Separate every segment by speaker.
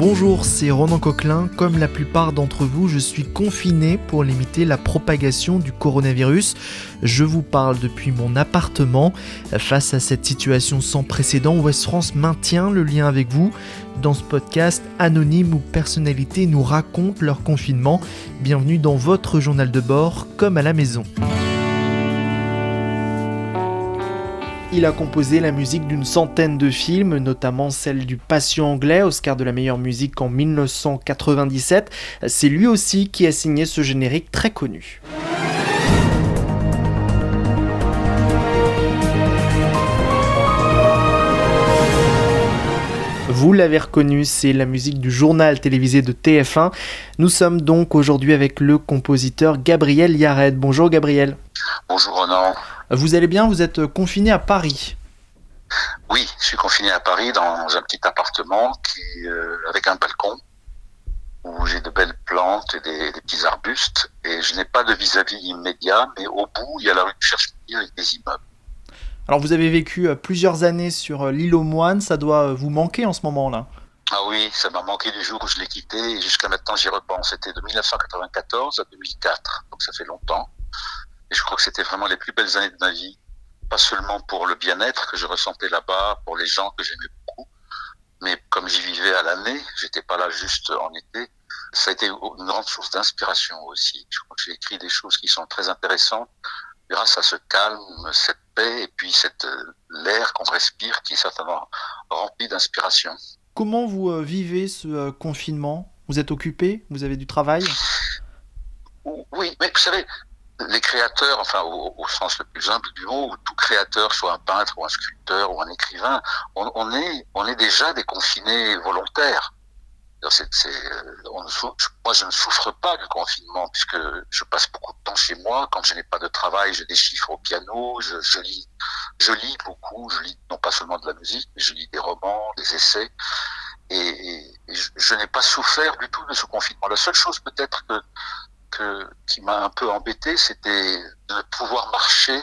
Speaker 1: Bonjour, c'est Ronan Coquelin. Comme la plupart d'entre vous, je suis confiné pour limiter la propagation du coronavirus. Je vous parle depuis mon appartement. Face à cette situation sans précédent, Ouest France maintient le lien avec vous. Dans ce podcast, anonymes ou personnalités nous racontent leur confinement. Bienvenue dans votre journal de bord, comme à la maison. Il a composé la musique d'une centaine de films, notamment celle du Patient anglais, Oscar de la meilleure musique en 1997. C'est lui aussi qui a signé ce générique très connu. Vous l'avez reconnu, c'est la musique du journal télévisé de TF1. Nous sommes donc aujourd'hui avec le compositeur Gabriel Yared. Bonjour Gabriel.
Speaker 2: Bonjour Ronan.
Speaker 1: Vous allez bien, vous êtes confiné à Paris.
Speaker 2: Oui, je suis confiné à Paris dans un petit appartement avec un balcon où j'ai de belles plantes et des petits arbustes. Et je n'ai pas de vis-à-vis immédiat, mais au bout, il y a la rue de Cherche-Midi avec des immeubles.
Speaker 1: Alors vous avez vécu plusieurs années sur l'île aux Moines, ça doit vous manquer en ce moment-là.
Speaker 2: Ah oui, ça m'a manqué du jour où je l'ai quitté et jusqu'à maintenant j'y repense. C'était de 1994 à 2004, donc ça fait longtemps. Et je crois que c'était vraiment les plus belles années de ma vie. Pas seulement pour le bien-être que je ressentais là-bas, pour les gens que j'aimais beaucoup, mais comme j'y vivais à l'année, j'étais pas là juste en été, ça a été une grande source d'inspiration aussi. Je crois que j'ai écrit des choses qui sont très intéressantes grâce à ce calme, cette paix et puis l'air qu'on respire qui est certainement rempli d'inspiration.
Speaker 1: Comment vous vivez ce confinement ? Vous êtes occupé ? Vous avez du travail ?
Speaker 2: Oui, mais vous savez, les créateurs, enfin au sens le plus humble du mot, tout créateur, soit un peintre ou un sculpteur ou un écrivain, on est déjà des confinés volontaires. Moi, je ne souffre pas du confinement puisque je passe beaucoup de temps chez moi. Quand je n'ai pas de travail, je déchiffre au piano, je lis beaucoup. Je lis non pas seulement de la musique, mais je lis des romans, des essais. Et je n'ai pas souffert du tout de ce confinement. La seule chose peut-être qui m'a un peu embêté, c'était de ne pouvoir marcher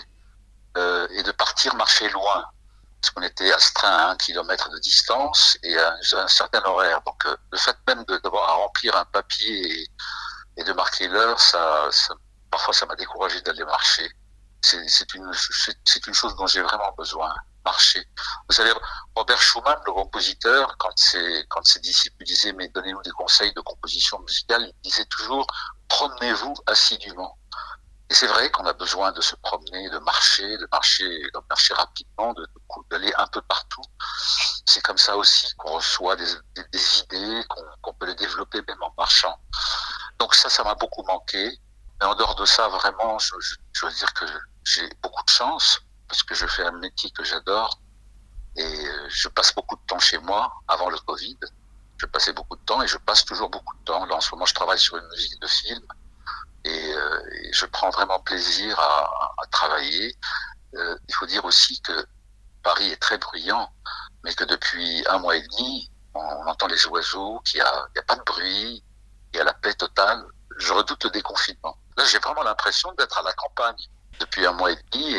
Speaker 2: et de partir marcher loin. Parce qu'on était astreint à 1 kilomètre de distance et à un certain horaire. Donc le fait même d'avoir à remplir un papier et de marquer l'heure, parfois ça m'a découragé d'aller marcher. C'est une chose dont j'ai vraiment besoin, marcher. Vous savez, Robert Schumann, le compositeur, quand ses disciples disaient mais donnez-nous des conseils de composition musicale, il disait toujours promenez-vous assidûment. Et c'est vrai qu'on a besoin de se promener, de marcher rapidement, d'aller un peu partout. C'est comme ça aussi qu'on reçoit des idées, qu'on peut les développer même en marchant. Donc ça m'a beaucoup manqué. Mais en dehors de ça, vraiment, je veux dire que j'ai beaucoup de chance parce que je fais un métier que j'adore et je passe beaucoup de temps chez moi avant le Covid. Je passais beaucoup de temps et je passe toujours beaucoup de temps. Là, en ce moment, je travaille sur une musique de film. Et je prends vraiment plaisir à travailler. Il faut dire aussi que Paris est très bruyant, mais que depuis 1 mois et demi, on entend les oiseaux, qu'il y a pas de bruit, il y a la paix totale. Je redoute le déconfinement. Là, j'ai vraiment l'impression d'être à la campagne depuis 1 mois et demi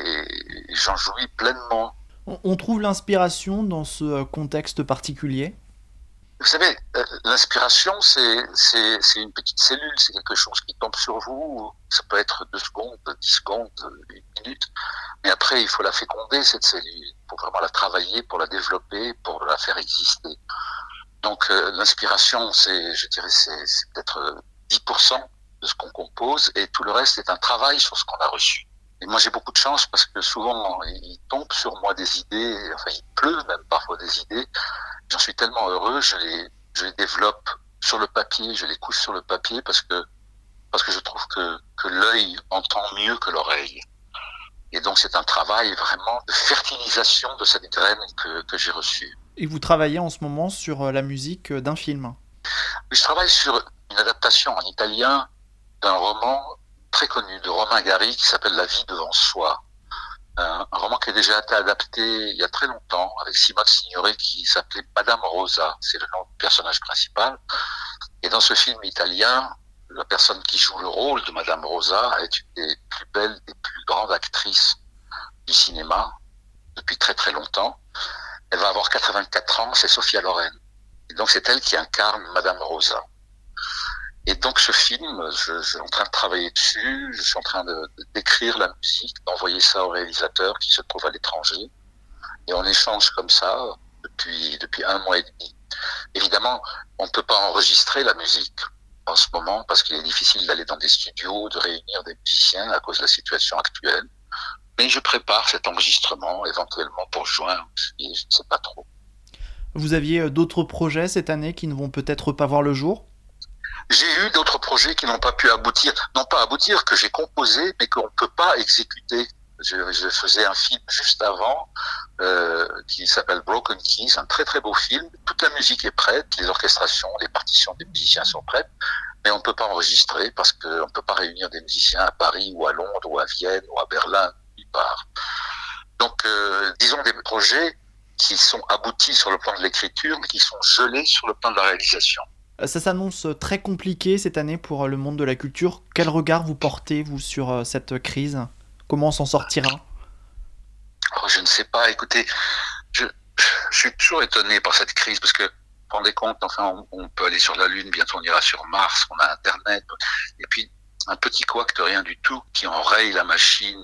Speaker 2: et j'en jouis pleinement.
Speaker 1: On trouve l'inspiration dans ce contexte particulier ?
Speaker 2: Vous savez, l'inspiration, c'est une petite cellule, c'est quelque chose qui tombe sur vous. Ça peut être 2 secondes, 10 secondes, 1 minute. Mais après, il faut la féconder, cette cellule, pour vraiment la travailler, pour la développer, pour la faire exister. Donc, l'inspiration, je dirais, c'est peut-être 10% de ce qu'on compose, et tout le reste est un travail sur ce qu'on a reçu. Et moi, j'ai beaucoup de chance parce que souvent, il tombe sur moi des idées, enfin, il pleut même parfois des idées. J'en suis tellement heureux, je les développe sur le papier, je les couche sur le papier parce que je trouve que l'œil entend mieux que l'oreille. Et donc, c'est un travail vraiment de fertilisation de cette graine que j'ai reçue.
Speaker 1: Et vous travaillez en ce moment sur la musique d'un film ?
Speaker 2: Je travaille sur une adaptation en italien d'un roman très connu de Romain Gary qui s'appelle La vie devant soi. Un roman qui a déjà été adapté il y a très longtemps avec Simone Signoret qui s'appelait Madame Rosa, c'est le nom du personnage principal. Et dans ce film italien, la personne qui joue le rôle de Madame Rosa est une des plus belles, des plus grandes actrices du cinéma depuis très très longtemps. Elle va avoir 84 ans, c'est Sophia Loren. Et donc c'est elle qui incarne Madame Rosa. Et donc ce film, je suis en train de travailler dessus, je suis en train d'écrire la musique, d'envoyer ça au réalisateur qui se trouve à l'étranger. Et on échange comme ça depuis 1 mois et demi. Évidemment, on ne peut pas enregistrer la musique en ce moment parce qu'il est difficile d'aller dans des studios, de réunir des musiciens à cause de la situation actuelle. Mais je prépare cet enregistrement éventuellement pour juin, je ne sais pas trop.
Speaker 1: Vous aviez d'autres projets cette année qui ne vont peut-être pas voir le jour ?
Speaker 2: J'ai eu d'autres projets qui n'ont pas pu aboutir, non pas aboutir, que j'ai composé, mais qu'on ne peut pas exécuter. Je faisais un film juste avant qui s'appelle Broken Keys, un très très beau film. Toute la musique est prête, les orchestrations, les partitions des musiciens sont prêtes, mais on ne peut pas enregistrer parce qu'on ne peut pas réunir des musiciens à Paris ou à Londres ou à Vienne ou à Berlin, nulle part. Donc disons des projets qui sont aboutis sur le plan de l'écriture, mais qui sont gelés sur le plan de la réalisation.
Speaker 1: Ça s'annonce très compliqué cette année pour le monde de la culture. Quel regard vous portez, vous, sur cette crise ? Comment on s'en sortira ?
Speaker 2: Je ne sais pas. Écoutez, je suis toujours étonné par cette crise parce que, vous vous rendez compte, enfin, on peut aller sur la Lune, bientôt on ira sur Mars, on a Internet, et puis un petit couac de rien du tout qui enraye la machine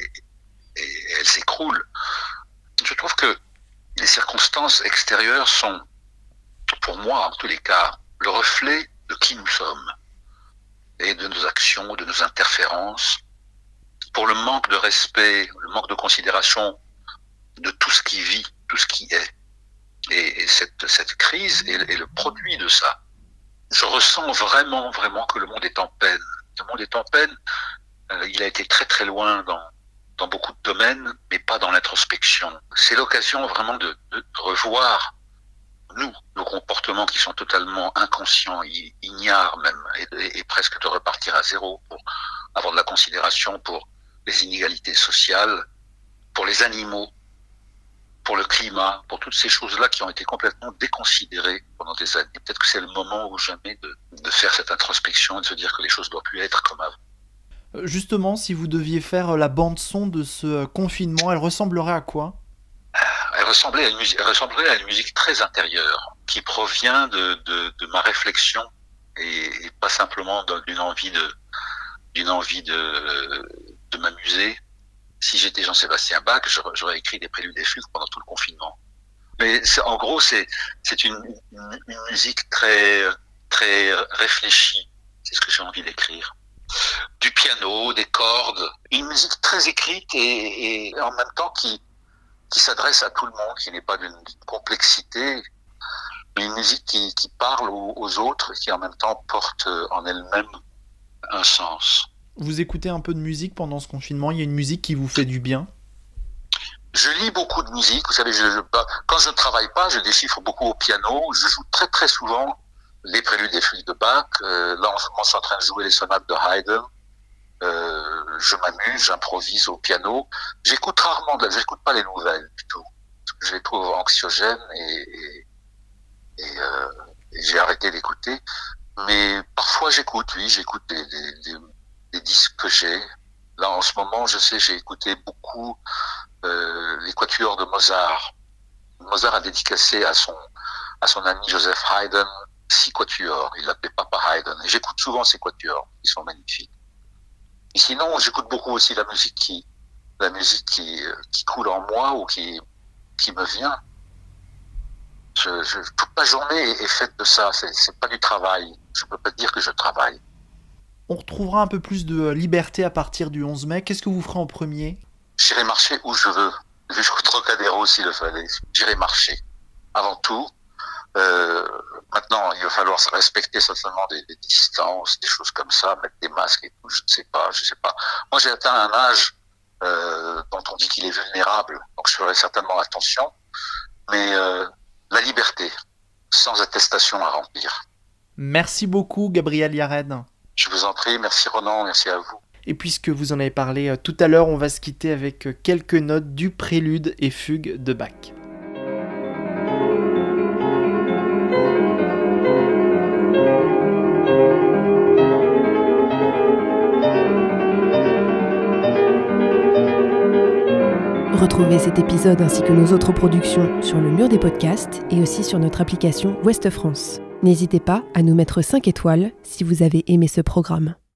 Speaker 2: et elle s'écroule. Je trouve que les circonstances extérieures sont, pour moi, en tous les cas, le reflet de qui nous sommes et de nos actions, de nos interférences, pour le manque de respect, le manque de considération de tout ce qui vit, tout ce qui est. Et cette crise est le produit de ça. Je ressens vraiment que le monde est en peine. Le monde est en peine. Il a été très très loin dans beaucoup de domaines, mais pas dans l'introspection. C'est l'occasion vraiment de revoir nos comportements qui sont totalement inconscients, ignares même, et presque de repartir à zéro pour avoir de la considération pour les inégalités sociales, pour les animaux, pour le climat, pour toutes ces choses-là qui ont été complètement déconsidérées pendant des années. Peut-être que c'est le moment ou jamais de faire cette introspection et de se dire que les choses ne doivent plus être comme avant.
Speaker 1: Justement, si vous deviez faire la bande-son de ce confinement, elle ressemblerait à quoi ?
Speaker 2: Elle ressemblerait à une musique très intérieure, qui provient de ma réflexion et pas simplement d'une envie de m'amuser. Si j'étais Jean-Sébastien Bach, j'aurais écrit des préludes et fugues pendant tout le confinement. Mais en gros, c'est une musique très très réfléchie. C'est ce que j'ai envie d'écrire. Du piano, des cordes, une musique très écrite et en même temps qui s'adresse à tout le monde, qui n'est pas d'une complexité, mais une musique qui parle aux autres et qui en même temps porte en elle-même un sens.
Speaker 1: Vous écoutez un peu de musique pendant ce confinement ? Il y a une musique qui vous fait du bien ?
Speaker 2: Je lis beaucoup de musique. Vous savez, quand je ne travaille pas, je déchiffre beaucoup au piano. Je joue très très souvent les préludes et fugues de Bach. Là, en ce moment, je suis en train de jouer les sonates de Haydn. Je m'amuse, j'improvise au piano. J'écoute pas les nouvelles du tout. Je les trouve anxiogènes et j'ai arrêté d'écouter. Mais parfois j'écoute des disques que j'ai. Là en ce moment, j'ai écouté beaucoup les quatuors de Mozart. Mozart a dédicacé à son ami Joseph Haydn 6 quatuors. Il l'appelait Papa Haydn. Et j'écoute souvent ces quatuors, ils sont magnifiques. Et sinon, j'écoute beaucoup aussi la musique qui coule en moi ou qui me vient. Toute ma journée est faite de ça. C'est pas du travail. Je peux pas dire que je travaille.
Speaker 1: On retrouvera un peu plus de liberté à partir du 11 mai. Qu'est-ce que vous ferez en premier ?
Speaker 2: J'irai marcher où je veux. Jusqu'au Trocadéro s'il le fallait. J'irai marcher. Avant tout. Maintenant, il va falloir respecter certainement des distances, des choses comme ça, mettre des masques et tout. Je ne sais pas. Moi, j'ai atteint un âge dont on dit qu'il est vulnérable. Donc, je ferai certainement attention. Mais la liberté, sans attestation à remplir.
Speaker 1: Merci beaucoup, Gabriel Yared.
Speaker 2: Je vous en prie. Merci, Ronan. Merci à vous.
Speaker 1: Et puisque vous en avez parlé tout à l'heure, on va se quitter avec quelques notes du prélude et fugue de Bach.
Speaker 3: Retrouvez Retrouvez cet épisode ainsi que nos autres productions sur le mur des podcasts et aussi sur notre application Ouest France. N'hésitez pas à nous mettre 5 étoiles si vous avez aimé ce programme.